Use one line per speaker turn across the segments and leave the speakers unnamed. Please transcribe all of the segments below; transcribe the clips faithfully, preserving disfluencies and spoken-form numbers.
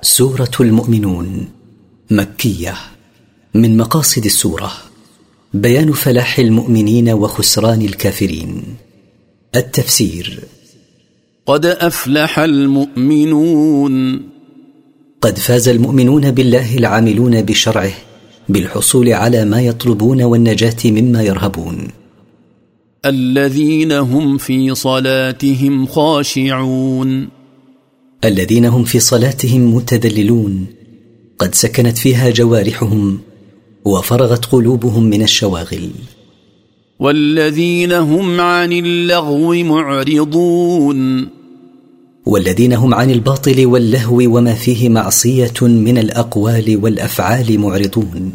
سورة المؤمنون مكية. من مقاصد السورة بيان فلاح المؤمنين وخسران الكافرين. التفسير:
قد أفلح المؤمنون،
قد فاز المؤمنون بالله العاملون بشرعه بالحصول على ما يطلبون والنجاة مما يرهبون.
الذين هم في صلاتهم خاشعون،
الذين هم في صلاتهم متذللون، قد سكنت فيها جوارحهم وفرغت قلوبهم من الشواغل.
والذين هم عن اللغو معرضون،
والذين هم عن الباطل واللهو وما فيه معصية من الأقوال والأفعال معرضون.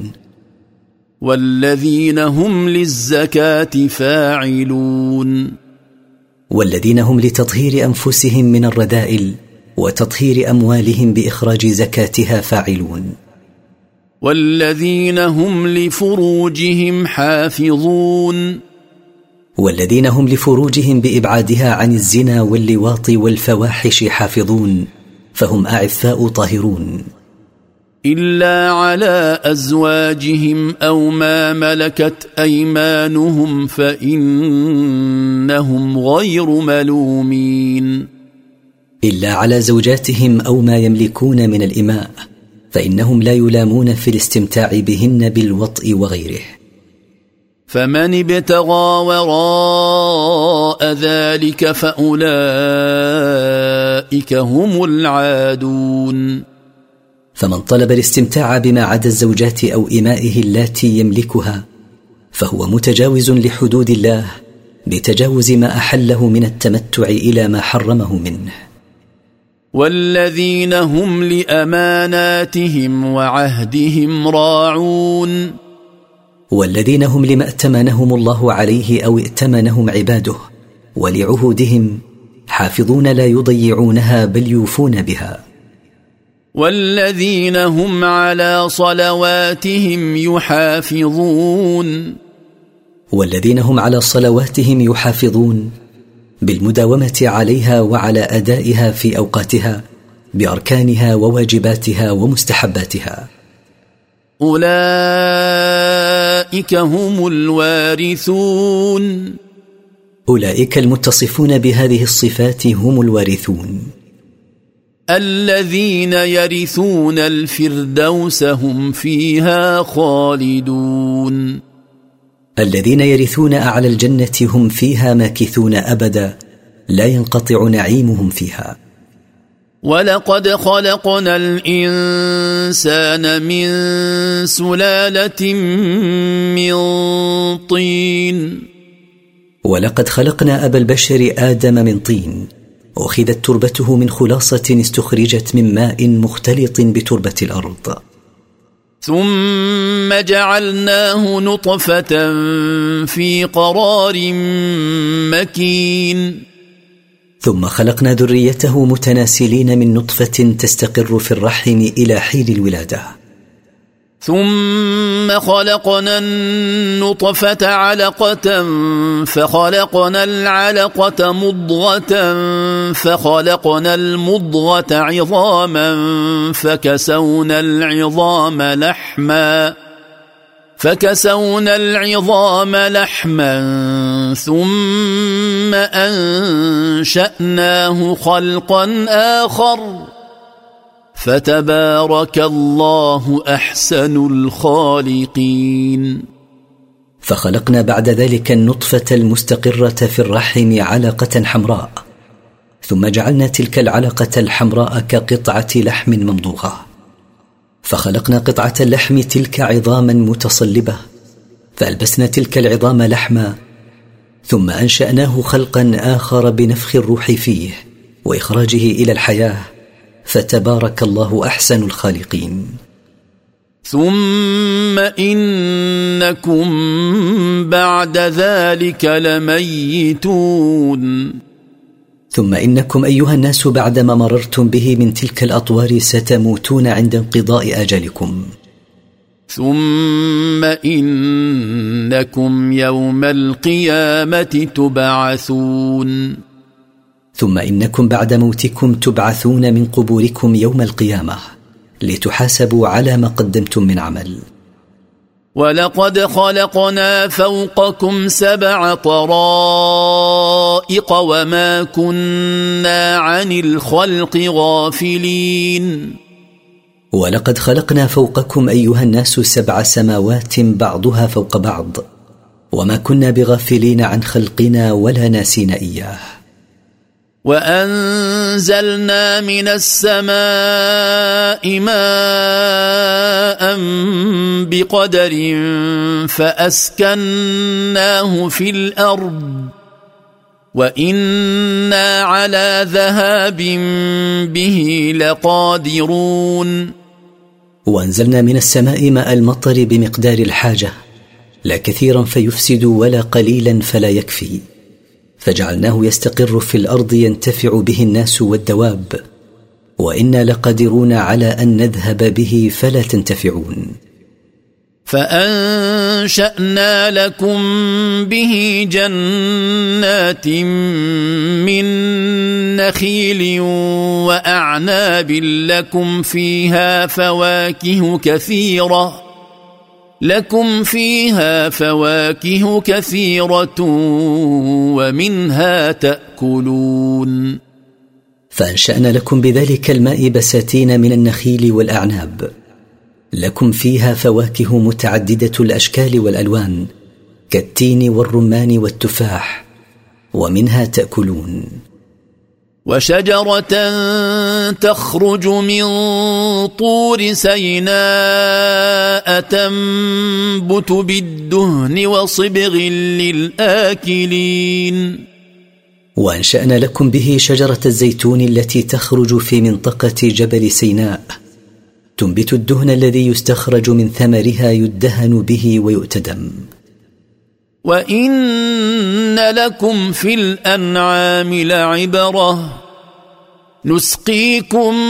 والذين هم للزكاة فاعلون،
والذين هم لتطهير أنفسهم من الرذائل وتطهير أموالهم بإخراج زكاتها فاعلون.
والذين هم لفروجهم حافظون،
والذين هم لفروجهم بإبعادها عن الزنا واللواط والفواحش حافظون، فهم أعفاء طاهرون.
إلا على أزواجهم أو ما ملكت أيمانهم فإنهم غير ملومين.
إلا على زوجاتهم أو ما يملكون من الإماء، فإنهم لا يلامون في الاستمتاع بهن بالوطء وغيره.
فمن ابتغى وراء ذلك فأولئك هم العادون.
فمن طلب الاستمتاع بما عدا الزوجات أو إمائه اللاتي يملكها فهو متجاوز لحدود الله بتجاوز ما أحله من التمتع إلى ما حرمه منه.
والذين هم لأماناتهم وعهدهم راعون،
والذين هم لما ائتمنهم الله عليه أو ائتمنهم عباده ولعهودهم حافظون لا يضيعونها بل يوفون بها.
والذين هم على صلواتهم يحافظون،
والذين هم على صلواتهم يحافظون بالمداومة عليها وعلى أدائها في أوقاتها بأركانها وواجباتها ومستحباتها.
أولئك هم الوارثون،
أولئك المتصفون بهذه الصفات هم الوارثون.
الذين يرثون الفردوس هم فيها خالدون،
الذين يرثون أعلى الجنة هم فيها ماكثون أبدا لا ينقطع نعيمهم فيها.
ولقد خلقنا الإنسان من سلالة من طين،
ولقد خلقنا أبا البشر آدم من طين، أخذت تربته من خلاصة استخرجت من ماء مختلط بتربة الأرض.
ثم جعلناه نطفة في قرار مكين،
ثم خلقنا ذريته متناسلين من نطفة تستقر في الرحم إلى حين الولادة.
ثم خلقنا النطفة علقة فخلقنا العلقة مضغة فخلقنا المضغة عظاما فكسونا العظام لحما فكسونا العظام لحما ثم أنشأناه خلقا آخر فتبارك الله أحسن الخالقين.
فخلقنا بعد ذلك النطفة المستقرة في الرحم علقة حمراء، ثم جعلنا تلك العلقة الحمراء كقطعة لحم ممضوغة، فخلقنا قطعة اللحم تلك عظاما متصلبة، فألبسنا تلك العظام لحما، ثم أنشأناه خلقا آخر بنفخ الروح فيه وإخراجه إلى الحياة، فتبارك الله أحسن الخالقين.
ثم إنكم بعد ذلك لميتون،
ثم إنكم أيها الناس بعدما مررتم به من تلك الأطوار ستموتون عند انقضاء أجلكم.
ثم إنكم يوم القيامة تبعثون،
ثم إنكم بعد موتكم تبعثون من قبوركم يوم القيامة. لتحاسبوا على ما قدمتم من عمل.
ولقد خلقنا فوقكم سبع طرائق وما كنا عن الخلق غافلين.
ولقد خلقنا فوقكم أيها الناس سبع سماوات بعضها فوق بعض، وما كنا بغافلين عن خلقنا ولا ناسين إياه.
وأنزلنا من السماء ماء بقدر فأسكناه في الأرض وإنا على ذهاب به لقادرون.
وأنزلنا من السماء ماء المطر بمقدار الحاجة، لا كثيرا فيفسد ولا قليلا فلا يكفي، فجعلناه يستقر في الأرض ينتفع به الناس والدواب، وإنا لقادرون على أن نذهب به فلا تنتفعون.
فأنشأنا لكم به جنات من نخيل وأعناب لكم فيها فواكه كثيرة لكم فيها فواكه كثيرة ومنها تأكلون.
فأنشأنا لكم بذلك الماء بساتين من النخيل والأعناب، لكم فيها فواكه متعددة الأشكال والألوان كالتين والرمان والتفاح، ومنها تأكلون.
وشجرة تخرج من طور سيناء تنبت بالدهن وصبغ للآكلين.
وأنشأنا لكم به شجرة الزيتون التي تخرج في منطقة جبل سيناء، تنبت الدهن الذي يستخرج من ثمرها يدهن به ويؤتدم.
وإن لكم في الأنعام لعبرة نسقيكم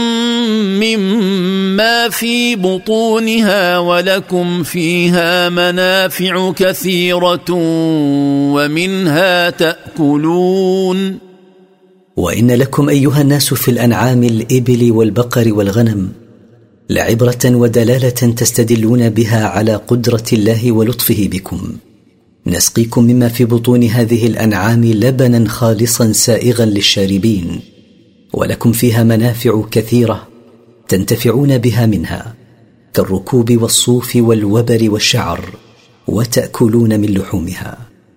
مما في بطونها ولكم فيها منافع كثيرة ومنها تأكلون.
وإن لكم أيها الناس في الأنعام الإبل والبقر والغنم لعبرة ودلالة تستدلون بها على قدرة الله ولطفه بكم. نسقيكم مما في بطون هذه الأنعام لبنا خالصا سائغا للشاربين، ولكم فيها منافع كثيرة تنتفعون بها منها كالركوب والصوف والوبر والشعر، وتأكلون من لحومها.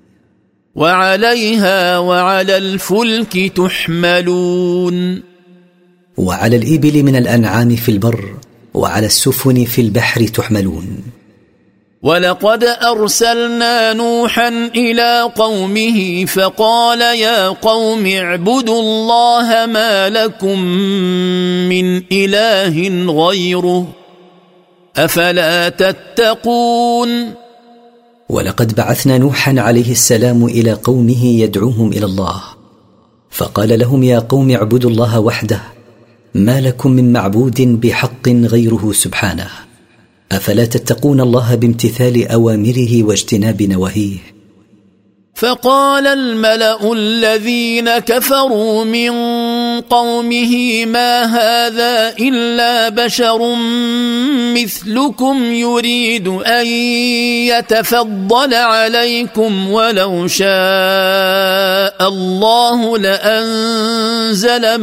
وعليها وعلى الفلك تحملون.
وعلى الإبل من الأنعام في البر، وعلى السفن في البحر تحملون.
ولقد أرسلنا نوحا إلى قومه فقال يا قوم اعبدوا الله ما لكم من إله غيره أفلا تتقون.
ولقد بعثنا نوحا عليه السلام إلى قومه يدعوهم إلى الله، فقال لهم يا قوم اعبدوا الله وحده ما لكم من معبود بحق غيره سبحانه، أفلا تتقون الله بامتثال أوامره واجتناب نواهيه.
فقال الملأ الذين كفروا من قومه ما هذا إلا بشر مثلكم يريد أن يتفضل عليكم ولو شاء الله لأنزل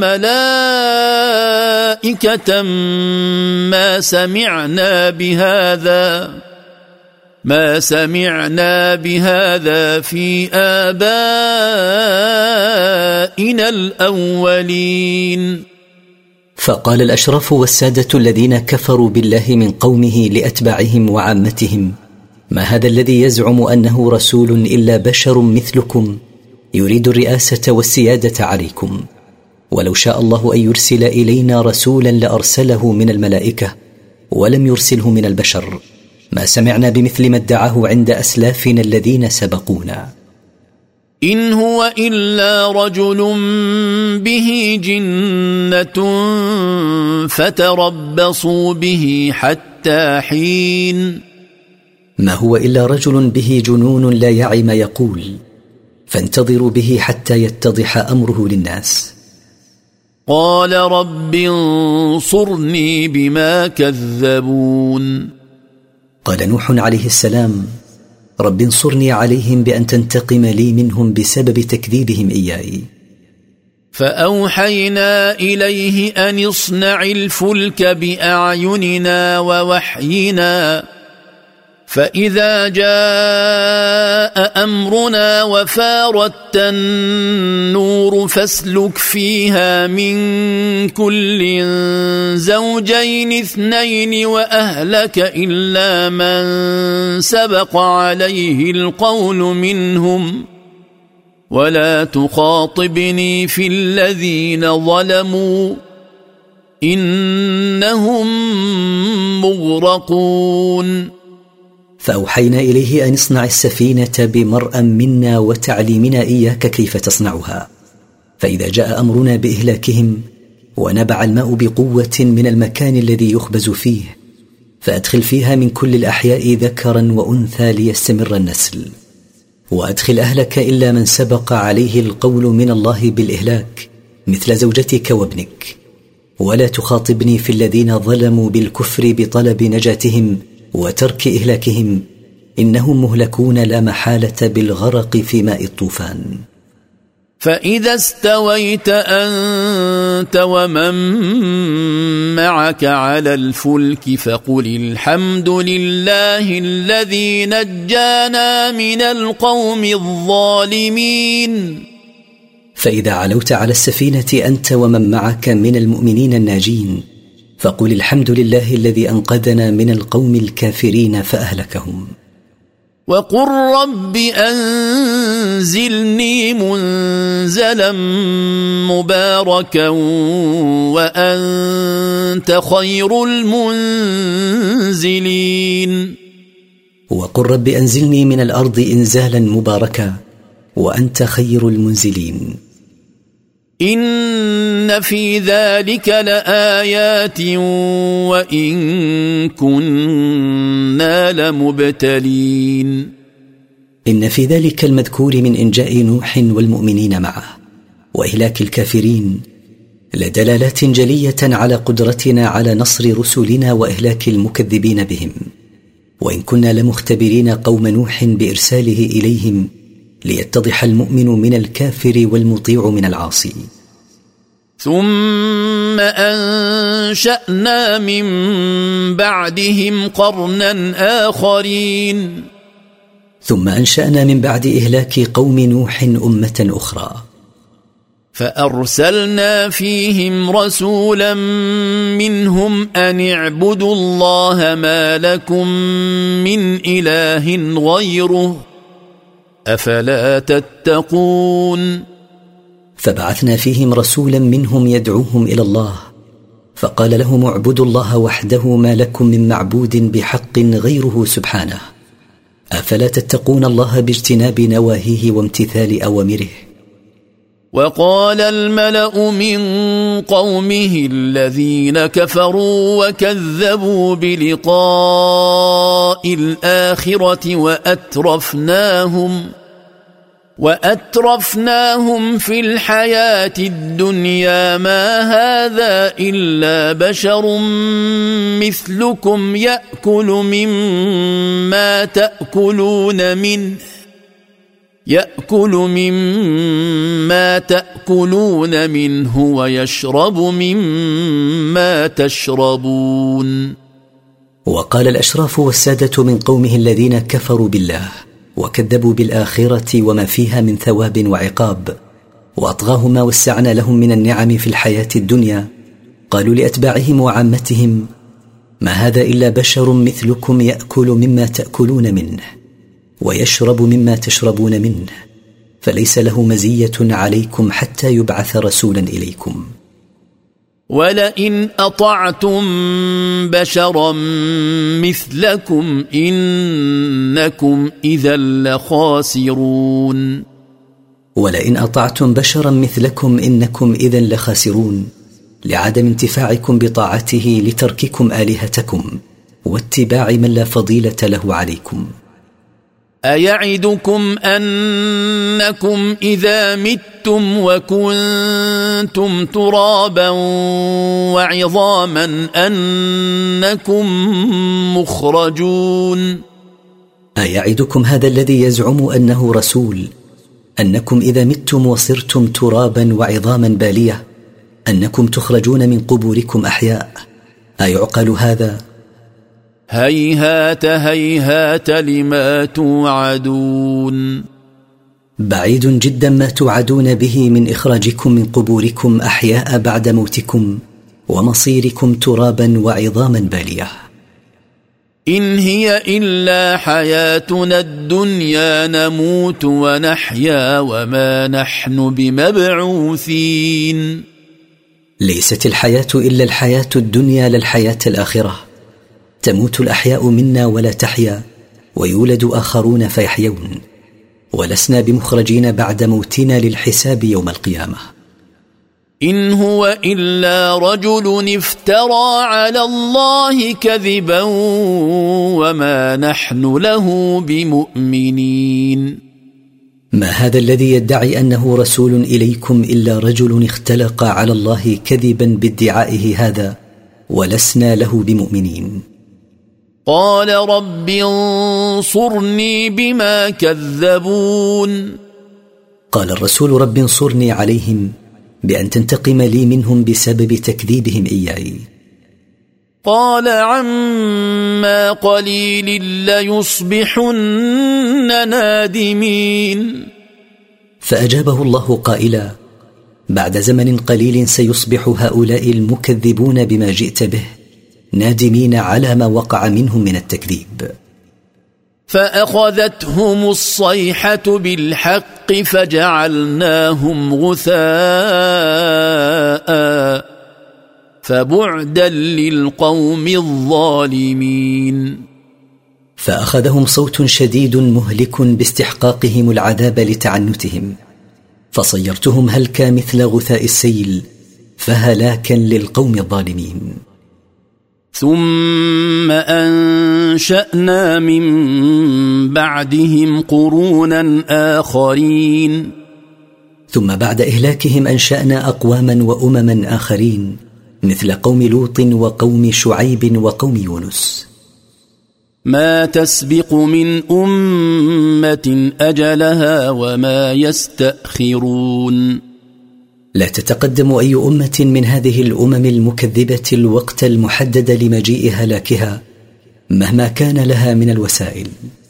ملائكة ما سمعنا بهذا ما سمعنا بهذا في آبائنا الأولين.
فقال الأشراف والسادة الذين كفروا بالله من قومه لأتباعهم وعامتهم ما هذا الذي يزعم أنه رسول إلا بشر مثلكم يريد الرئاسة والسيادة عليكم، ولو شاء الله أن يرسل إلينا رسولا لأرسله من الملائكة ولم يرسله من البشر، ما سمعنا بمثل ما ادعاه عند أسلافنا الذين سبقونا.
إن هو إلا رجل به جنة فتربصوا به حتى حين.
ما هو إلا رجل به جنون لا يعي ما يقول، فانتظروا به حتى يتضح أمره للناس.
قال رب انصرني بما كذبون
قال نوح عليه السلام: رب انصرني عليهم بأن تنتقم لي منهم بسبب تكذيبهم إياي.
فأوحينا إليه أن اصنع الفلك بأعيننا ووحينا فإذا جاء أمرنا وفارت النور فاسلك فيها من كل زوجين اثنين وأهلك إلا من سبق عليه القول منهم ولا تخاطبني في الذين ظلموا إنهم مغرقون.
فأوحينا إليه أن اصنع السفينة بمرأ منا وتعليمنا إياك كيف تصنعها، فإذا جاء أمرنا بإهلاكهم ونبع الماء بقوة من المكان الذي يخبز فيه فأدخل فيها من كل الأحياء ذكرا وأنثى ليستمر النسل، وأدخل أهلك إلا من سبق عليه القول من الله بالإهلاك مثل زوجتك وابنك، ولا تخاطبني في الذين ظلموا بالكفر بطلب نجاتهم وترك إهلاكهم إنهم مهلكون لا محالة بالغرق في ماء الطوفان.
فإذا استويت أنت ومن معك على الفلك فقل الحمد لله الذي نجانا من القوم الظالمين.
فإذا علوت على السفينة أنت ومن معك من المؤمنين الناجين فقل الحمد لله الذي أنقذنا من القوم الكافرين فأهلكهم.
وقل رب أنزلني منزلا مباركا وأنت خير المنزلين.
وقل رب أنزلني من الأرض إنزالا مباركا وأنت خير المنزلين.
إن في ذلك لآيات وإن كنا لمبتلين.
إن في ذلك المذكور من إنجاء نوح والمؤمنين معه وإهلاك الكافرين لدلالات جلية على قدرتنا على نصر رسلنا وإهلاك المكذبين بهم، وإن كنا لمختبرين قوم نوح بإرساله إليهم ليتضح المؤمن من الكافر والمطيع من العاصي.
ثم أنشأنا من بعدهم قرنا آخرين.
ثم أنشأنا من بعد إهلاك قوم نوح أمة أخرى
فأرسلنا فيهم رسولا منهم أن اعبدوا الله ما لكم من إله غيره أفلا تتقون.
فبعثنا فيهم رسولا منهم يدعوهم إلى الله فقال لهم اعبدوا الله وحده ما لكم من معبود بحق غيره سبحانه أفلا تتقون الله باجتناب نواهيه وامتثال أوامره.
وقال الملأ من قومه الذين كفروا وكذبوا بلقاء الآخرة وأترفناهم وأترفناهم في الحياة الدنيا ما هذا إلا بشر مثلكم يأكل مما تأكلون منه يأكل مما تأكلون منه ويشرب مما تشربون.
وقال الأشراف والسادة من قومه الذين كفروا بالله وكذبوا بالآخرة وما فيها من ثواب وعقاب وأطغاهم ما وسعنا لهم من النعم في الحياة الدنيا، قالوا لأتباعهم وعامتهم ما هذا إلا بشر مثلكم يأكل مما تأكلون منه ويشرب مما تشربون منه فليس له مزية عليكم حتى يبعث رسولا إليكم.
ولئن أطعتم بشرا مثلكم إنكم إذا لخاسرون.
ولئن أطعتم بشرا مثلكم إنكم إذا لخاسرون لعدم انتفاعكم بطاعته لترككم آلهتكم واتباع من لا فضيلة له عليكم.
أيعدكم أنكم إذا متم وكنتم ترابا وعظاما أنكم مخرجون؟
أيعدكم هذا الذي يزعم أنه رسول أنكم إذا متم وصرتم ترابا وعظاما بالية أنكم تخرجون من قبوركم أحياء؟ أيعقل هذا؟
هيهات هيهات لما توعدون.
بعيد جدا ما توعدون به من إخراجكم من قبوركم أحياء بعد موتكم ومصيركم ترابا وعظاما بالية.
إن هي إلا حياتنا الدنيا نموت ونحيا وما نحن بمبعوثين.
ليست الحياة إلا الحياة الدنيا لا الحياة الآخرة. تموت الأحياء منا ولا تحيا، ويولد آخرون فيحيون، ولسنا بمخرجين بعد موتنا للحساب يوم القيامة.
إن هو إلا رجل افترى على الله كذبا وما نحن له بمؤمنين.
ما هذا الذي يدعي أنه رسول إليكم إلا رجل اختلق على الله كذبا بادعائه هذا، ولسنا له بمؤمنين.
قال رب انصرني بما كذبون.
قال الرسول رب انصرني عليهم بأن تنتقم لي منهم بسبب تكذيبهم إياي.
قال عما قليل ليصبحن نادمين.
فأجابه الله قائلا: بعد زمن قليل سيصبح هؤلاء المكذبون بما جئت به نادمين على ما وقع منهم من التكذيب.
فأخذتهم الصيحة بالحق فجعلناهم غثاء فبعدا للقوم الظالمين.
فأخذهم صوت شديد مهلك باستحقاقهم العذاب لتعنتهم، فصيرتهم هلكا مثل غثاء السيل، فهلاكا للقوم الظالمين.
ثم أنشأنا من بعدهم قرونا آخرين.
ثم بعد إهلاكهم أنشأنا أقواما وأمما آخرين مثل قوم لوط وقوم شعيب وقوم يونس.
ما تسبق من أمة أجلها وما يستأخرون.
لا تتقدم أي أمة من هذه الأمم المكذبة الوقت المحدد لمجيء هلاكها مهما كان لها من الوسائل.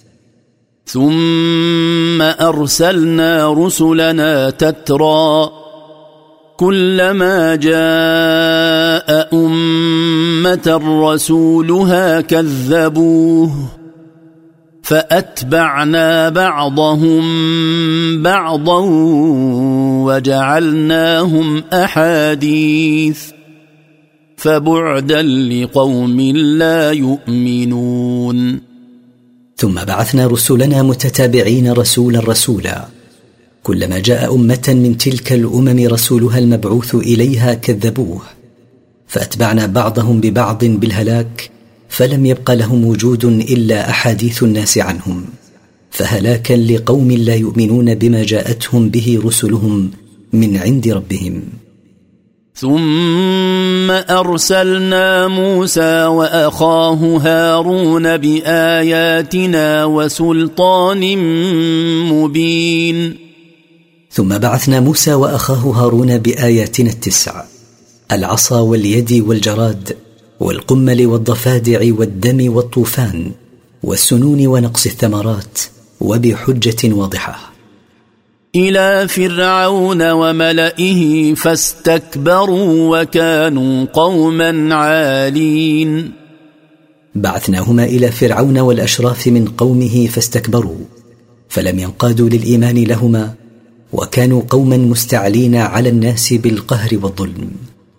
ثم أرسلنا رسلنا تترى كلما جاء أمة رسولها كذبوه فأتبعنا بعضهم بعضا وجعلناهم أحاديث فبعدا لقوم لا يؤمنون.
ثم بعثنا رسلنا متتابعين رسولا رسولا، كلما جاء أمة من تلك الأمم رسولها المبعوث إليها كذبوه، فأتبعنا بعضهم ببعض بالهلاك، فلم يبق لهم وجود إلا أحاديث الناس عنهم، فهلاكا لقوم لا يؤمنون بما جاءتهم به رسلهم من عند ربهم.
ثم أرسلنا موسى وأخاه هارون بآياتنا وسلطان مبين.
ثم بعثنا موسى وأخاه هارون بآياتنا التسع: العصا واليد والجراد والقمل والضفادع والدم والطوفان والسنون ونقص الثمرات وبحجة واضحة.
إلى فرعون وملئه فاستكبروا وكانوا قوما عالين.
بعثناهما إلى فرعون والأشراف من قومه فاستكبروا، فلم ينقادوا للإيمان لهما، وكانوا قوما مستعلين على الناس بالقهر والظلم.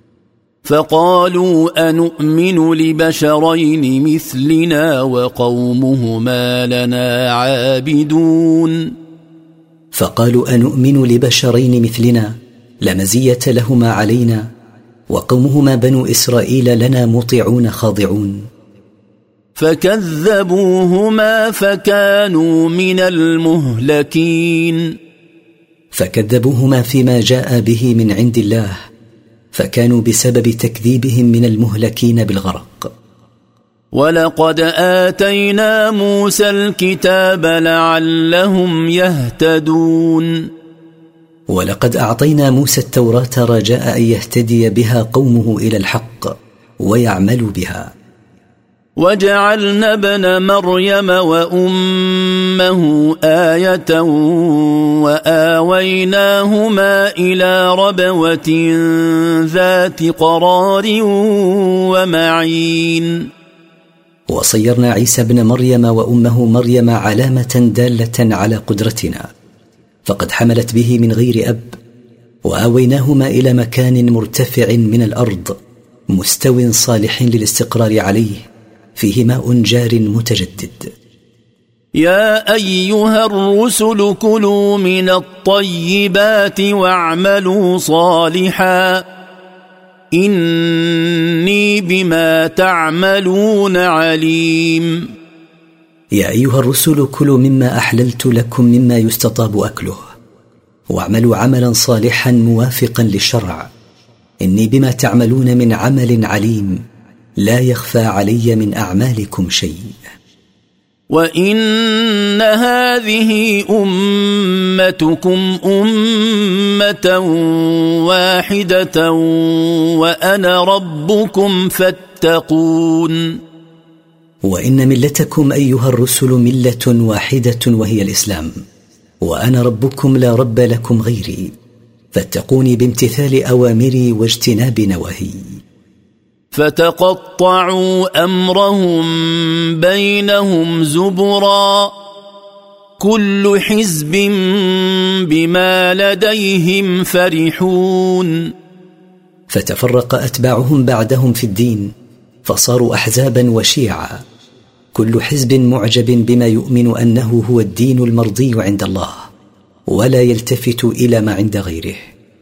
فقالوا أنؤمن لبشرين مثلنا وقومهما لنا عابدون.
فقالوا أنؤمن لبشرين مثلنا لا مزية لهما علينا، وقومهما بنو إسرائيل لنا مطيعون خاضعون.
فكذبوهما فكانوا من المهلكين
فكذبوهما فيما جاء به من عند الله فكانوا بسبب تكذيبهم من المهلكين بالغرق.
ولقد آتينا موسى الكتاب لعلهم يهتدون
ولقد أعطينا موسى التوراة رجاء أن يهتدي بها قومه إلى الحق ويعملوا بها.
وجعلنا ابن مريم وأمه آية وآويناهما إلى ربوة ذات قرار ومعين.
وصيرنا عيسى ابن مريم وأمه مريم علامة دالة على قدرتنا، فقد حملت به من غير أب، وآويناهما إلى مكان مرتفع من الأرض مستو صالح للاستقرار عليه فيه ماء جار متجدد.
يا أيها الرسل كلوا من الطيبات واعملوا صالحا إني بما تعملون عليم.
يا أيها الرسل كلوا مما أحللت لكم مما يستطاب أكله واعملوا عملا صالحا موافقا للشرع إني بما تعملون من عمل عليم لا يخفى علي من أعمالكم شيء.
وإن هذه أمتكم أمة واحدة وأنا ربكم فاتقون.
وإن ملتكم أيها الرسل ملة واحدة وهي الإسلام، وأنا ربكم لا رب لكم غيري، فاتقوني بامتثال أوامري واجتناب نواهي.
فتقطعوا أمرهم بينهم زبرا كل حزب بما لديهم فرحون.
فتفرق أتباعهم بعدهم في الدين فصاروا أحزابا وشيعا، كل حزب معجب بما يؤمن أنه هو الدين المرضي عند الله ولا يلتفت إلى ما عند غيره.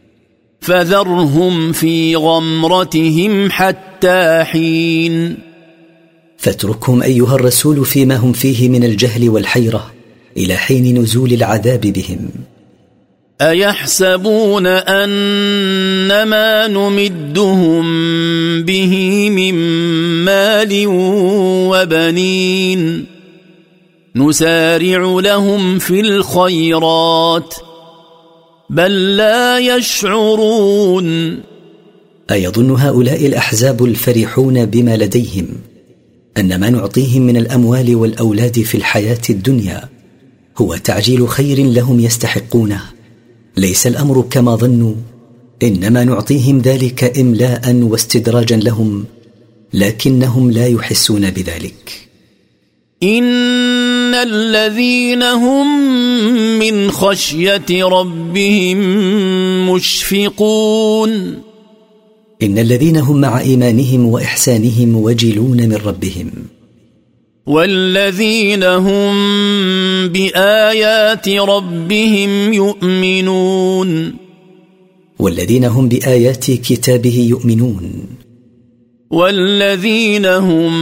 فذرهم في غمرتهم حتى حين.
فاتركهم أيها الرسول فيما هم فيه من الجهل والحيرة إلى حين نزول العذاب بهم.
أيحسبون أن ما نمدهم به من مال وبنين نسارع لهم في الخيرات بل لا يشعرون.
أيظن هؤلاء الأحزاب الفرحون بما لديهم أن ما نعطيهم من الأموال والأولاد في الحياة الدنيا هو تعجيل خير لهم يستحقونه؟ ليس الأمر كما ظنوا، إنما نعطيهم ذلك إملاء واستدراجا لهم، لكنهم لا يحسون بذلك.
إن الذين هم من خشية ربهم مشفقون.
إن الذين هم مع إيمانهم وإحسانهم وجلون من ربهم.
والذين هم بآيات ربهم يؤمنون.
والذين هم بآيات كتابه يؤمنون.
والذين هم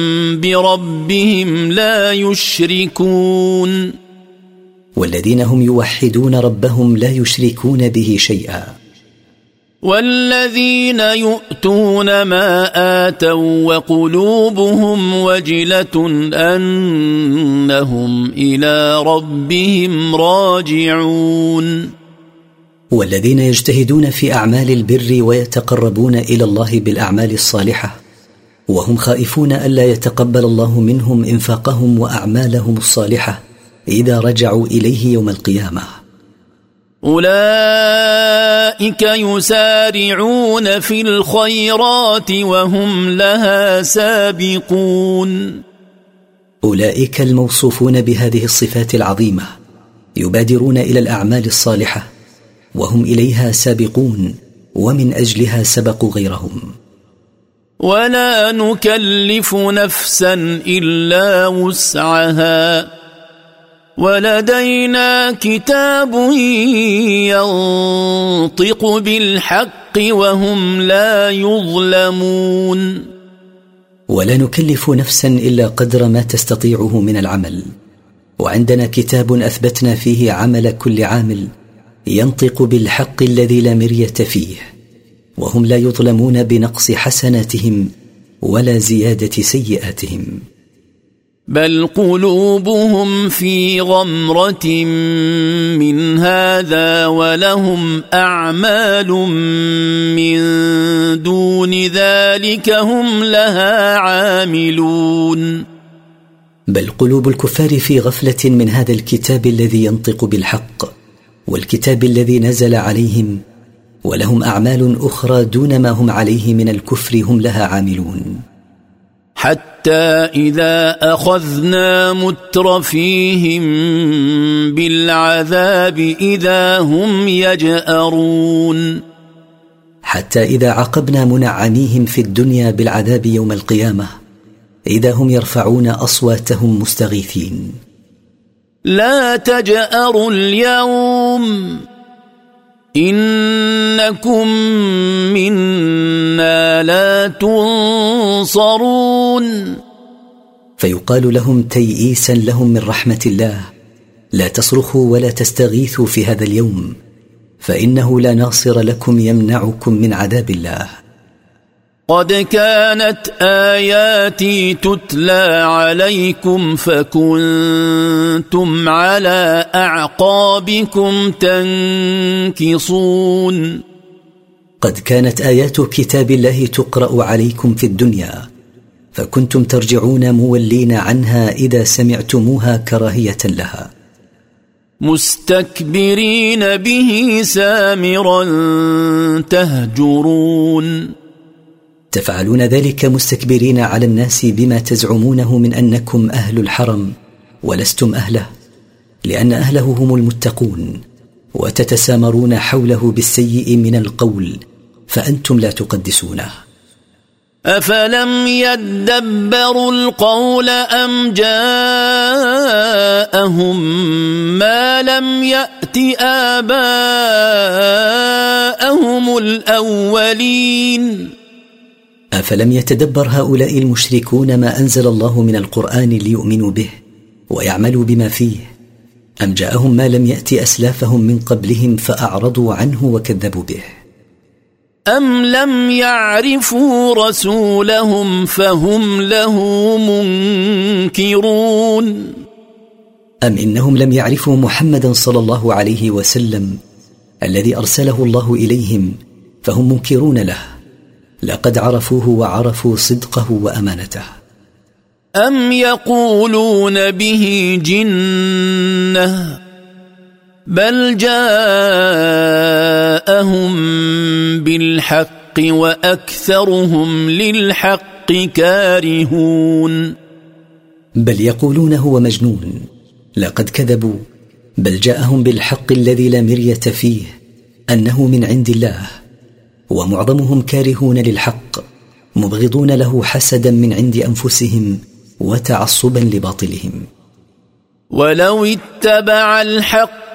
بربهم لا يشركون.
والذين هم يوحدون ربهم لا يشركون به شيئا.
والذين يؤتون ما آتوا وقلوبهم وجلة أنهم إلى ربهم راجعون.
والذين يجتهدون في أعمال البر ويتقربون إلى الله بالأعمال الصالحة وهم خائفون ألا يتقبل الله منهم إنفاقهم وأعمالهم الصالحة إذا رجعوا إليه يوم القيامة.
أولئك يسارعون في الخيرات وهم لها سابقون.
أولئك الموصوفون بهذه الصفات العظيمة يبادرون إلى الأعمال الصالحة وهم إليها سابقون ومن أجلها سبقوا غيرهم.
ولا نكلف نفسا إلا وسعها ولدينا كتاب ينطق بالحق وهم لا يظلمون.
ولا نكلف نفسا إلا قدر ما تستطيعه من العمل، وعندنا كتاب أثبتنا فيه عمل كل عامل ينطق بالحق الذي لا مرية فيه، وهم لا يظلمون بنقص حسناتهم ولا زيادة سيئاتهم.
بل قلوبهم في غمرة من هذا ولهم أعمال من دون ذلك هم لها عاملون.
بل قلوب الكفار في غفلة من هذا الكتاب الذي ينطق بالحق والكتاب الذي نزل عليهم، ولهم أعمال أخرى دون ما هم عليه من الكفر هم لها عاملون.
حتى إذا أخذنا مترفيهم بالعذاب إذا هم يجأرون.
حتى إذا عاقبنا منعميهم في الدنيا بالعذاب يوم القيامة إذا هم يرفعون أصواتهم مستغيثين.
لا تجأروا اليوم إنكم منا لا تنصرون.
فيقال لهم تيئيسا لهم من رحمة الله: لا تصرخوا ولا تستغيثوا في هذا اليوم، فإنه لا ناصر لكم يمنعكم من عذاب الله.
قد كانت آياتي تتلى عليكم فكنتم على أعقابكم تنكصون.
قد كانت آيات كتاب الله تقرأ عليكم في الدنيا فكنتم ترجعون مولين عنها إذا سمعتموها كراهية لها.
مستكبرين به سامرا تهجرون.
تفعلون ذلك مستكبرين على الناس بما تزعمونه من أنكم أهل الحرم ولستم أهله، لأن أهله هم المتقون، وتتسامرون حوله بالسيء من القول فأنتم لا تقدسونه.
أفلم يدبروا القول أم جاءهم ما لم يأت آباءهم الأولين.
أفلم يتدبر هؤلاء المشركون ما أنزل الله من القرآن ليؤمنوا به ويعملوا بما فيه، أم جاءهم ما لم يأت أسلافهم من قبلهم فأعرضوا عنه وكذبوا به؟
أم لم يعرفوا رسولهم فهم له منكرون.
أم إنهم لم يعرفوا محمدا صلى الله عليه وسلم الذي أرسله الله إليهم فهم منكرون له. لقد عرفوه وعرفوا صدقه وأمانته.
أم يقولون به جنة بل جاءهم بالحق وأكثرهم للحق كارهون.
بل يقولون هو مجنون. لقد كذبوا، بل جاءهم بالحق الذي لا مرية فيه أنه من عند الله، ومعظمهم كارهون للحق مبغضون له حسدا من عند أنفسهم وتعصبا لباطلهم.
ولو اتبع الحق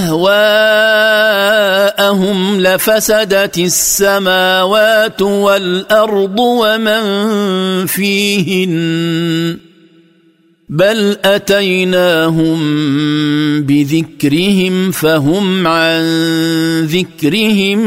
أهواءهم لفسدت السماوات والأرض ومن فيهن بل أتيناهم بذكرهم فهم عن ذكرهم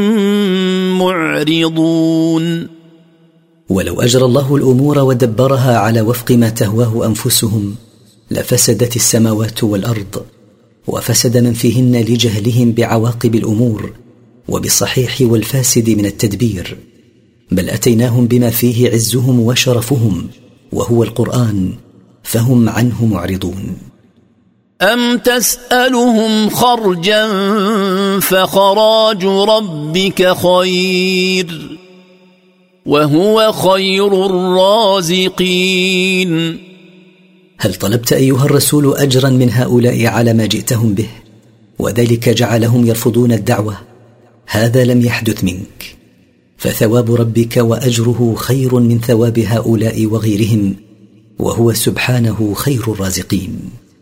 معرضون.
ولو أجرى الله الأمور ودبرها على وفق ما تهواه أنفسهم لفسدت السماوات والأرض، وفسد من فيهن لجهلهم بعواقب الأمور وبالصحيح والفاسد من التدبير، بل أتيناهم بما فيه عزهم وشرفهم وهو القرآن فهم عنه معرضون.
أم تسألهم خرجا فخراج ربك خير وهو خير الرازقين.
هل طلبت أيها الرسول أجرا من هؤلاء على ما جئتهم به وذلك جعلهم يرفضون الدعوة؟ هذا لم يحدث منك، فثواب ربك وأجره خير من ثواب هؤلاء وغيرهم، وهو سبحانه خير الرازقين.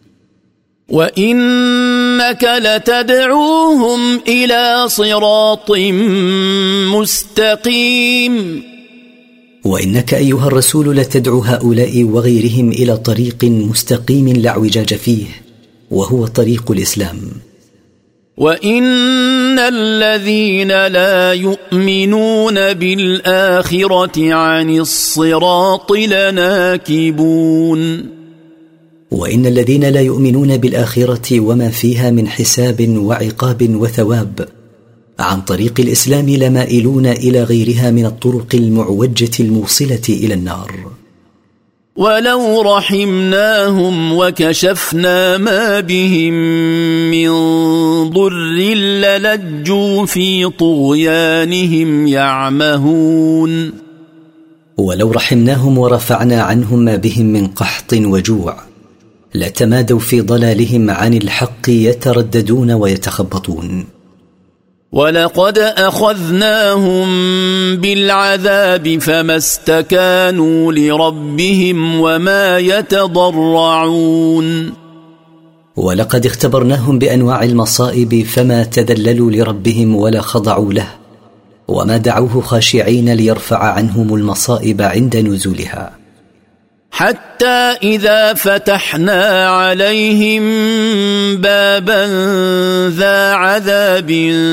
وإنك لتدعوهم إلى صراط مستقيم
وإنك أيها الرسول لتدعو هؤلاء وغيرهم إلى طريق مستقيم لا اعوجاج فيه، وهو طريق الإسلام.
وإن الذين لا يؤمنون بالآخرة عن الصراط لناكبون.
وإن الذين لا يؤمنون بالآخرة وما فيها من حساب وعقاب وثواب عن طريق الإسلام لمائلون إلى غيرها من الطرق المعوجة الموصلة إلى النار.
ولو رحمناهم وكشفنا ما بهم من ضر للجوا في طغيانهم يعمهون.
ولو رحمناهم ورفعنا عنهم ما بهم من قحط وجوع لتمادوا في ضلالهم عن الحق يترددون ويتخبطون.
ولقد أخذناهم بالعذاب فما استكانوا لربهم وما يتضرعون.
ولقد اختبرناهم بأنواع المصائب فما تذللوا لربهم ولا خضعوا له، وما دعوه خاشعين ليرفع عنهم المصائب عند نزولها.
حتى إذا فتحنا عليهم بابا ذا عذاب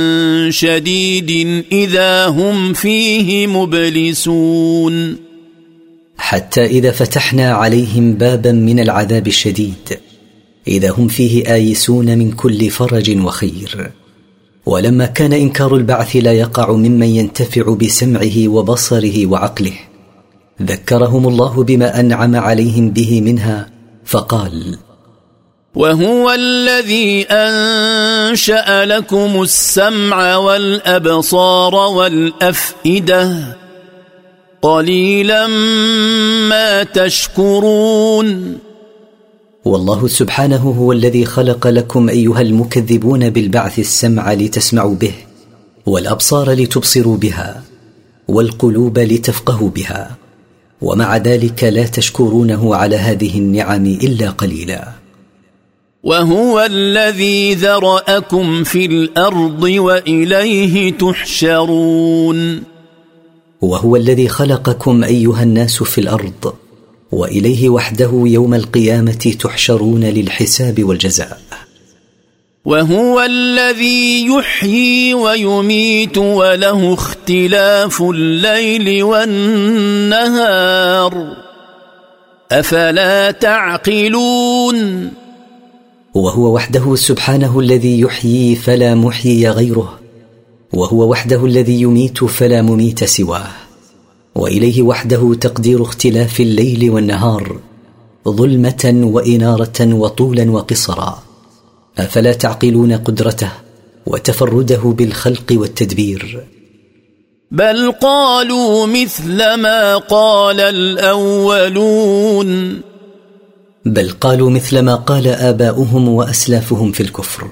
شديد إذا هم فيه مبلسون.
حتى إذا فتحنا عليهم بابا من العذاب الشديد إذا هم فيه آيسون من كل فرج وخير. ولما كان إنكار البعث لا يقع ممن ينتفع بسمعه وبصره وعقله ذكرهم الله بما أنعم عليهم به منها فقال:
وهو الذي أنشأ لكم السمع والأبصار والأفئدة قليلا ما تشكرون.
والله سبحانه هو الذي خلق لكم أيها المكذبون بالبعث السمع لتسمعوا به، والأبصار لتبصروا بها، والقلوب لتفقهوا بها، ومع ذلك لا تشكرونه على هذه النعم إلا قليلا.
وهو الذي ذرأكم في الأرض وإليه تحشرون.
وهو الذي خلقكم أيها الناس في الأرض وإليه وحده يوم القيامة تحشرون للحساب والجزاء.
وهو الذي يحيي ويميت وله اختلاف الليل والنهار أفلا تعقلون.
وهو وحده سبحانه الذي يحيي فلا محيي غيره، وهو وحده الذي يميت فلا مميت سواه، وإليه وحده تقدير اختلاف الليل والنهار ظلمة وإنارة وطولا وقصرا. أفلا تعقلون قدرته وتفرده بالخلق والتدبير؟
بل قالوا مثل ما قال الأولون.
بل قالوا مثل ما قال آباؤهم وأسلافهم في الكفر.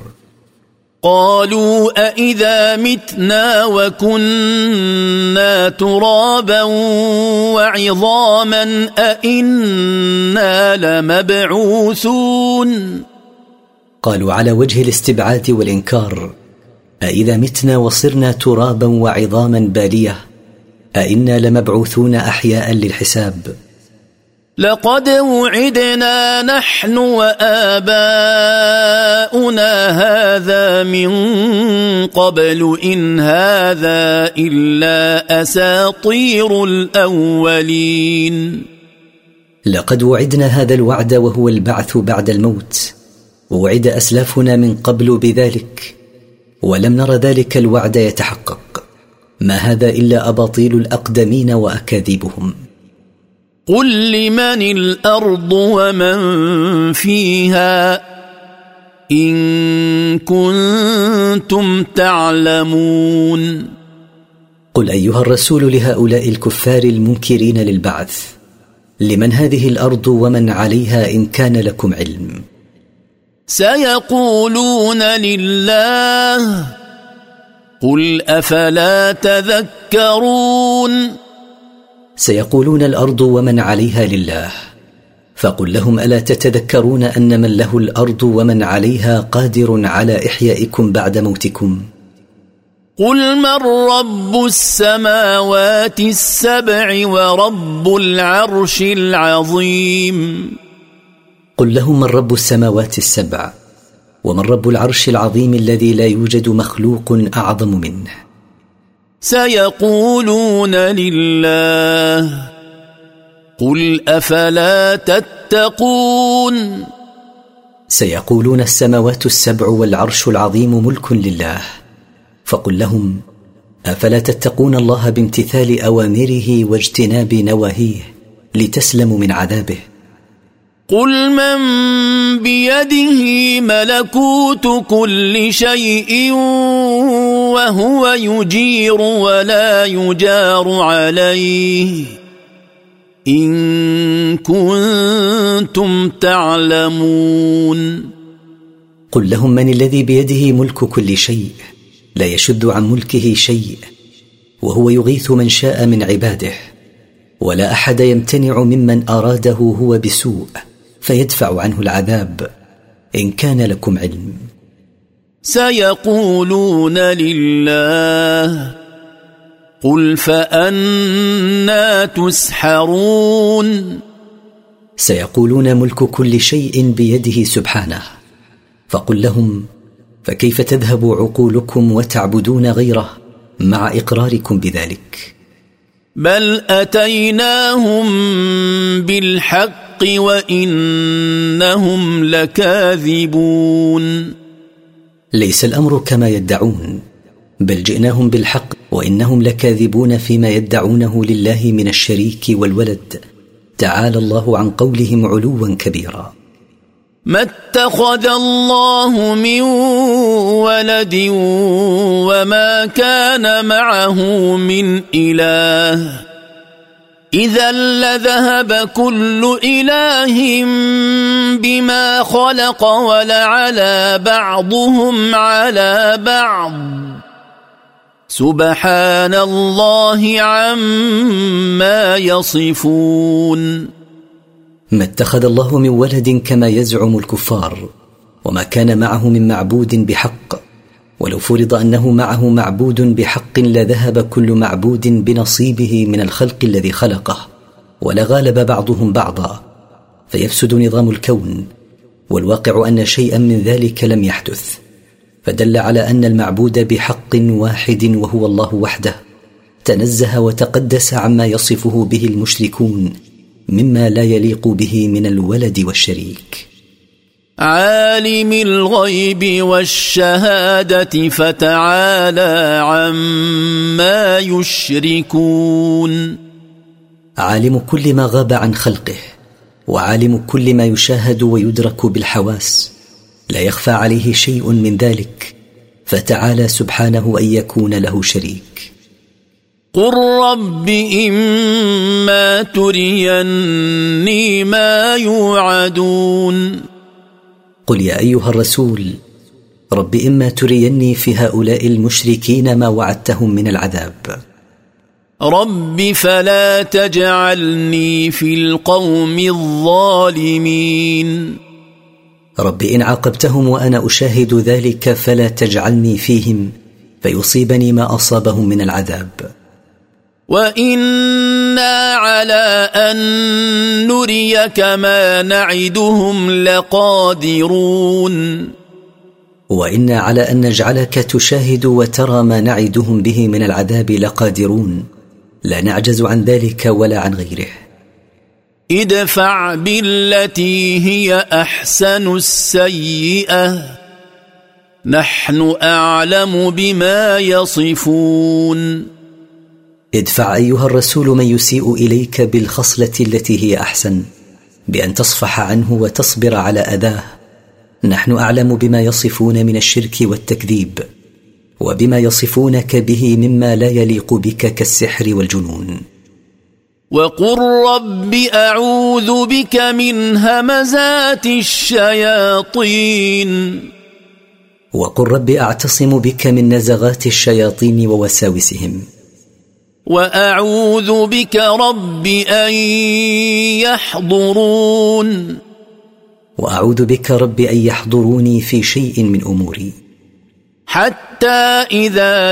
قالوا أإذا متنا وكنا ترابا وعظاما أإنا لمبعوثون.
قالوا على وجه الاستبعاد والإنكار: أإذا متنا وصرنا ترابا وعظاما بالية أإنا لمبعوثون أحياء للحساب.
لقد وعدنا نحن وآباؤنا هذا من قبل إن هذا إلا أساطير الأولين.
لقد وعدنا هذا الوعد وهو البعث بعد الموت، ووعد أسلافنا من قبل بذلك، ولم نر ذلك الوعد يتحقق. ما هذا إلا أباطيل الأقدمين وأكاذيبهم.
قل لمن الأرض ومن فيها إن كنتم تعلمون.
قل أيها الرسول لهؤلاء الكفار المنكرين للبعث: لمن هذه الأرض ومن عليها إن كان لكم علم؟
سيقولون لله قل أفلا تذكرون.
سيقولون الأرض ومن عليها لله، فقل لهم: ألا تتذكرون أن من له الأرض ومن عليها قادر على إحيائكم بعد موتكم؟
قل من رب السماوات السبع ورب العرش العظيم
قل لهم من رب السماوات السبع ومن رب العرش العظيم الذي لا يوجد مخلوق أعظم منه.
سيقولون لله قل أفلا تتقون
سيقولون السماوات السبع والعرش العظيم ملك لله، فقل لهم أفلا تتقون الله بامتثال أوامره واجتناب نواهيه لتسلموا من عذابه.
قل من بيده ملكوت كل شيء وهو يجير ولا يجار عليه إن كنتم تعلمون.
قل لهم من الذي بيده ملك كل شيء لا يشد عن ملكه شيء، وهو يغيث من شاء من عباده، ولا أحد يمتنع ممن أراده هو بسوء فيدفع عنه العذاب إن كان لكم علم.
سيقولون لله قل فأنا تسحرون
سيقولون ملك كل شيء بيده سبحانه، فقل لهم فكيف تذهب عقولكم وتعبدون غيره مع إقراركم بذلك؟
بل أتيناهم بالحق وإنهم لكاذبون.
ليس الأمر كما يدعون، بل جئناهم بالحق وإنهم لكاذبون فيما يدعونه لله من الشريك والولد، تعالى الله عن قولهم علوا كبيرا.
ما اتخذ الله من ولد وما كان معه من إله إذا لذهب كل إله بما خلق ولعلى بعضهم على بعض سبحان الله عما يصفون.
ما اتخذ الله من ولد كما يزعم الكفار، وما كان معه من معبود بحق، ولو فرض أنه معه معبود بحق لذهب كل معبود بنصيبه من الخلق الذي خلقه، ولغالب بعضهم بعضا فيفسد نظام الكون، والواقع أن شيئا من ذلك لم يحدث، فدل على أن المعبود بحق واحد وهو الله وحده تنزه وتقدس عما يصفه به المشركون مما لا يليق به من الولد والشريك.
عالم الغيب والشهادة فتعالى عما يشركون.
عالم كل ما غاب عن خلقه، وعالم كل ما يشاهد ويدرك بالحواس، لا يخفى عليه شيء من ذلك، فتعالى سبحانه أن يكون له شريك.
قل رب إما تريني ما يوعدون.
قل يا أيها الرسول رب إما تريني في هؤلاء المشركين ما وعدتهم من العذاب.
رب فلا تجعلني في القوم الظالمين.
رب إن عاقبتهم وأنا أشاهد ذلك فلا تجعلني فيهم فيصيبني ما أصابهم من العذاب.
وإنا على أن نريك ما نعدهم لقادرون.
وإنا على أن نجعلك تشاهد وترى ما نعدهم به من العذاب لقادرون، لا نعجز عن ذلك ولا عن غيره.
ادفع بالتي هي أحسن السيئة نحن أعلم بما يصفون.
ادفع أيها الرسول من يسيء إليك بالخصلة التي هي أحسن، بأن تصفح عنه وتصبر على أذاه، نحن أعلم بما يصفون من الشرك والتكذيب، وبما يصفونك به مما لا يليق بك كالسحر والجنون.
وقل رب أعوذ بك من همزات الشياطين.
وقل رب أعتصم بك من نزغات الشياطين ووساوسهم.
وأعوذ بك رب أن يحضرون.
وأعوذ بك رب أن يحضروني في شيء من أموري.
حتى إذا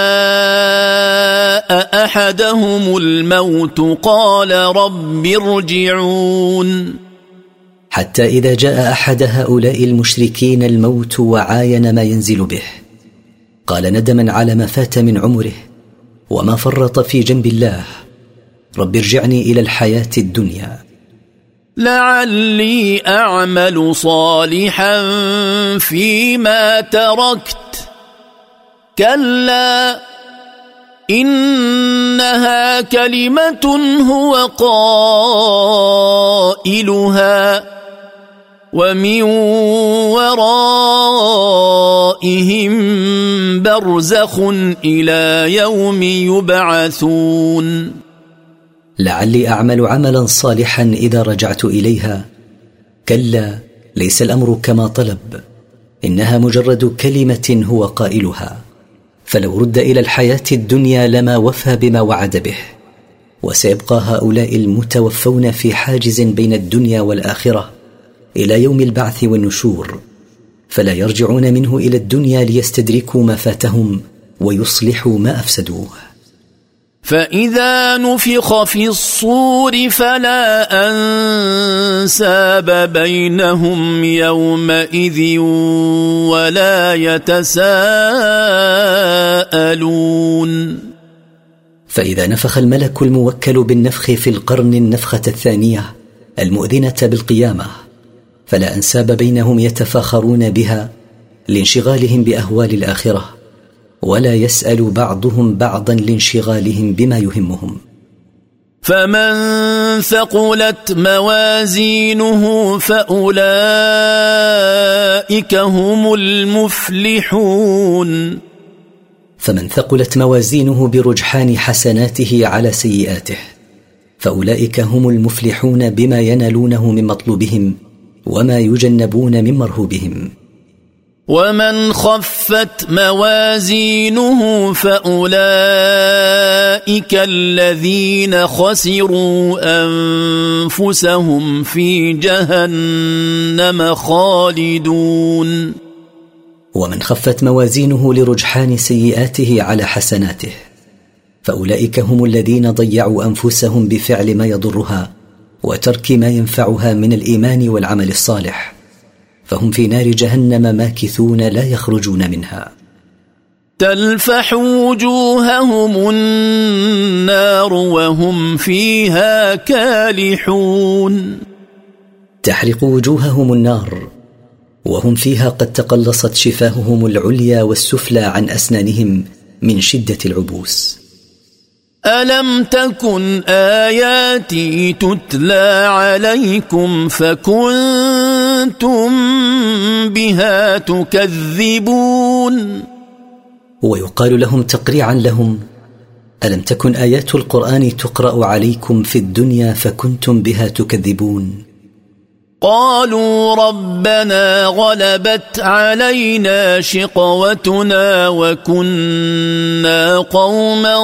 جاء أحدهم الموت قال رب ارجعون
حتى إذا جاء أحد هؤلاء المشركين الموت وعاين ما ينزل به قال ندما على ما فات من عمره وما فرط في جنب الله رب ارجعني إلى الحياة الدنيا
لعلي أعمل صالحا فيما تركت كلا إنها كلمة هو قائلها ومن ورائهم برزخ إلى يوم يبعثون
لعلي أعمل عملا صالحا إذا رجعت إليها كلا ليس الأمر كما طلب إنها مجرد كلمة هو قائلها فلو رد إلى الحياة الدنيا لما وفى بما وعد به وسيبقى هؤلاء المتوفون في حاجز بين الدنيا والآخرة إلى يوم البعث والنشور فلا يرجعون منه إلى الدنيا ليستدركوا ما فاتهم ويصلحوا ما أفسدوه
فإذا نفخ في الصور فلا أنساب بينهم يومئذ ولا يتساءلون
فإذا نفخ الملك الموكل بالنفخ في القرن النفخة الثانية المؤذنة بالقيامة فلا أنساب بينهم يتفاخرون بها لانشغالهم بأهوال الآخرة ولا يسأل بعضهم بعضا لانشغالهم بما يهمهم
فمن ثقلت موازينه فأولئك هم المفلحون
فمن ثقلت موازينه برجحان حسناته على سيئاته فأولئك هم المفلحون بما ينالونه من مطلوبهم وما يجنبون من مرهوبهم
ومن خفت موازينه فأولئك الذين خسروا أنفسهم في جهنم خالدون
ومن خفت موازينه لرجحان سيئاته على حسناته فأولئك هم الذين ضيعوا أنفسهم بفعل ما يضرها وترك ما ينفعها من الإيمان والعمل الصالح فهم في نار جهنم ماكثون لا يخرجون منها
تلفح وجوههم النار وهم فيها كالحون
تحرق وجوههم النار وهم فيها قد تقلصت شفاههم العليا والسفلى عن أسنانهم من شدة العبوس
ألم تكن آياتي تتلى عليكم فكنتم بها تكذبون
ويقال لهم تقريعا لهم ألم تكن آيات القرآن تقرأ عليكم في الدنيا فكنتم بها تكذبون
قالوا ربنا غلبت علينا شقوتنا وكنا قوما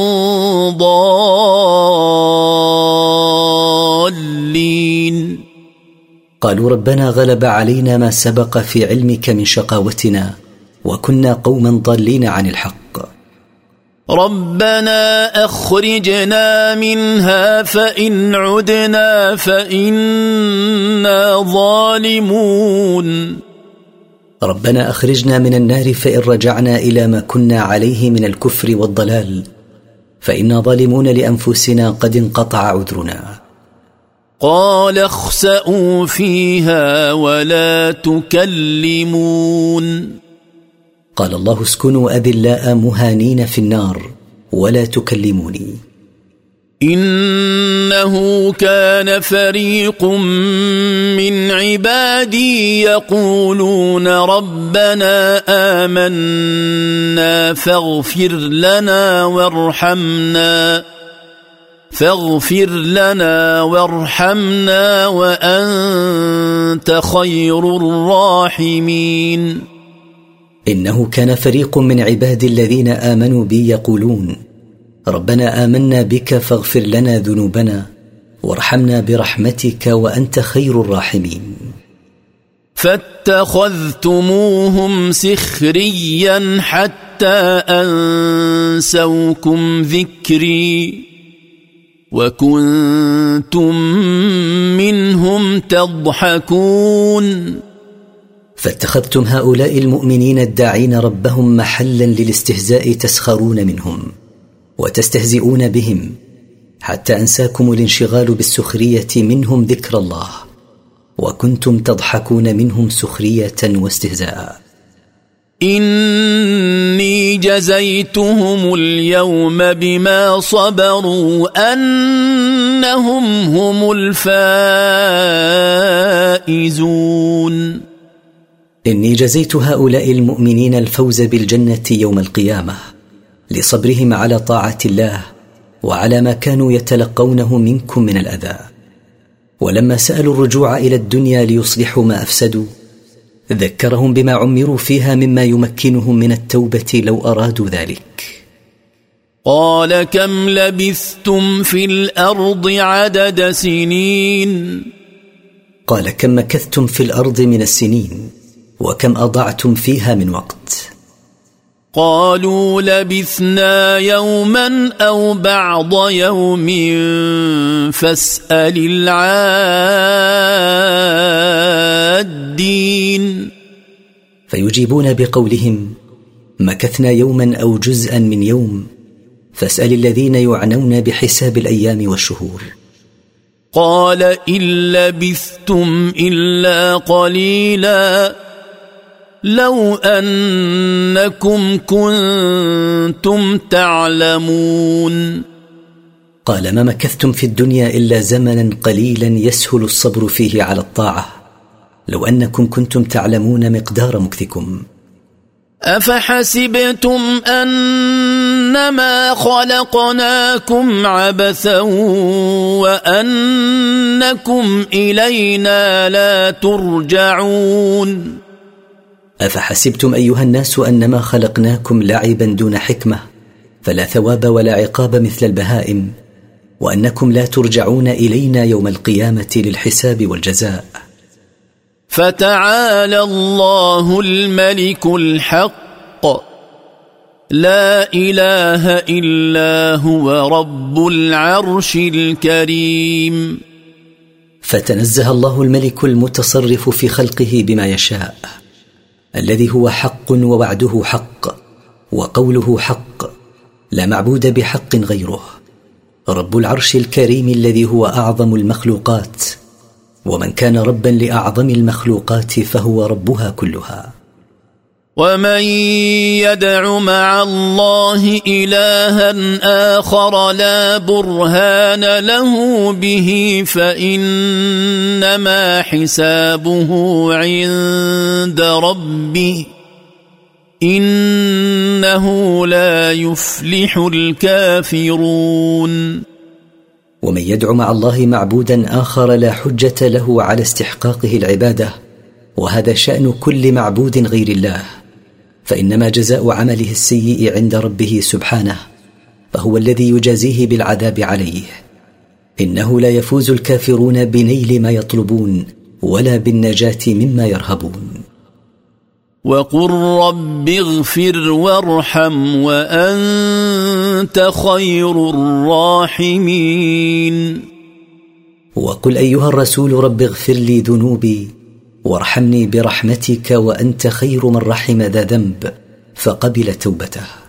ضالين
قالوا ربنا غلب علينا ما سبق في علمك من شقاوتنا وكنا قوما ضالين عن الحق
ربنا أخرجنا منها فإن عدنا فإنا ظالمون
ربنا أخرجنا من النار فإن رجعنا إلى ما كنا عليه من الكفر والضلال فإنا ظالمون لأنفسنا قد انقطع عذرنا
قال اخسئوا فيها ولا تكلمون
قال الله اسكنوا أذلاء مهانين في النار ولا تكلموني
إنه كان فريق من عبادي يقولون ربنا آمنا فاغفر لنا وارحمنا فاغفر لنا وارحمنا وأنت خير الراحمين
إنه كان فريق من عبادي الذين آمنوا بي يقولون ربنا آمنا بك فاغفر لنا ذنوبنا وارحمنا برحمتك وأنت خير الراحمين
فاتخذتموهم سخريا حتى أنسوكم ذكري وكنتم منهم تضحكون.
فاتخذتم هؤلاء المؤمنين الداعين ربهم محلا للاستهزاء تسخرون منهم وتستهزئون بهم حتى أنساكم الانشغال بالسخرية منهم ذكر الله وكنتم تضحكون منهم سخرية واستهزاء.
إني جزيتهم اليوم بما صبروا أنهم هم الفائزون.
إني جزيت هؤلاء المؤمنين الفوز بالجنة يوم القيامة لصبرهم على طاعة الله وعلى ما كانوا يتلقونه منكم من الأذى. ولما سألوا الرجوع إلى الدنيا ليصلحوا ما أفسدوا ذكرهم بما عمروا فيها مما يمكنهم من التوبة لو أرادوا ذلك.
قال كم لبثتم في الأرض عدد سنين؟
قال كم مكثتم في الأرض من السنين وكم أضعتم فيها من وقت؟
قالوا لبثنا يوما أو بعض يوم فاسأل العادين.
فيجيبون بقولهم مكثنا يوما أو جزءا من يوم فاسأل الذين يعنون بحساب الأيام والشهور.
قال إن لبثتم إلا قليلا لو أنكم كنتم تعلمون.
قال ما مكثتم في الدنيا إلا زمنا قليلا يسهل الصبر فيه على الطاعة لو أنكم كنتم تعلمون مقدار مكثكم.
أفحسبتم أنما خلقناكم عبثا وأنكم إلينا لا ترجعون.
أفحسبتم أيها الناس أنما خلقناكم لعبا دون حكمة فلا ثواب ولا عقاب مثل البهائم وأنكم لا ترجعون إلينا يوم القيامة للحساب والجزاء.
فتعالى الله الملك الحق لا إله إلا هو رب العرش الكريم.
فتنزه الله الملك المتصرف في خلقه بما يشاء الذي هو حق ووعده حق وقوله حق لا معبود بحق غيره رب العرش الكريم الذي هو أعظم المخلوقات ومن كان ربا لأعظم المخلوقات فهو ربها كلها.
ومن يدع مع الله إلها آخر لا برهان له به فإنما حسابه عند ربه إنه لا يفلح الكافرون.
ومن يدع مع الله معبودا آخر لا حجة له على استحقاقه العبادة وهذا شأن كل معبود غير الله فإنما جزاء عمله السيء عند ربه سبحانه فهو الذي يجازيه بالعذاب عليه. إنه لا يفوز الكافرون بنيل ما يطلبون ولا بالنجاة مما يرهبون.
وقل رب اغفر وارحم وأنت خير الراحمين.
وقل أيها الرسول رب اغفر لي ذنوبي وارحمني برحمتك وأنت خير من رحم ذا ذنب فقبل توبته.